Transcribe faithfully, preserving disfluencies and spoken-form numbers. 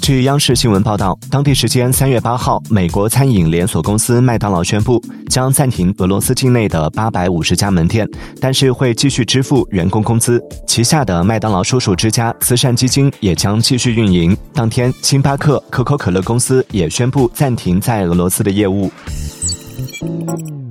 据央视新闻报道，当地时间三月八号，美国餐饮连锁公司麦当劳宣布将暂停俄罗斯境内的八百五十家门店，但是会继续支付员工工资。旗下的麦当劳叔叔之家慈善基金也将继续运营。当天，星巴克、可口可乐公司也宣布暂停在俄罗斯的业务。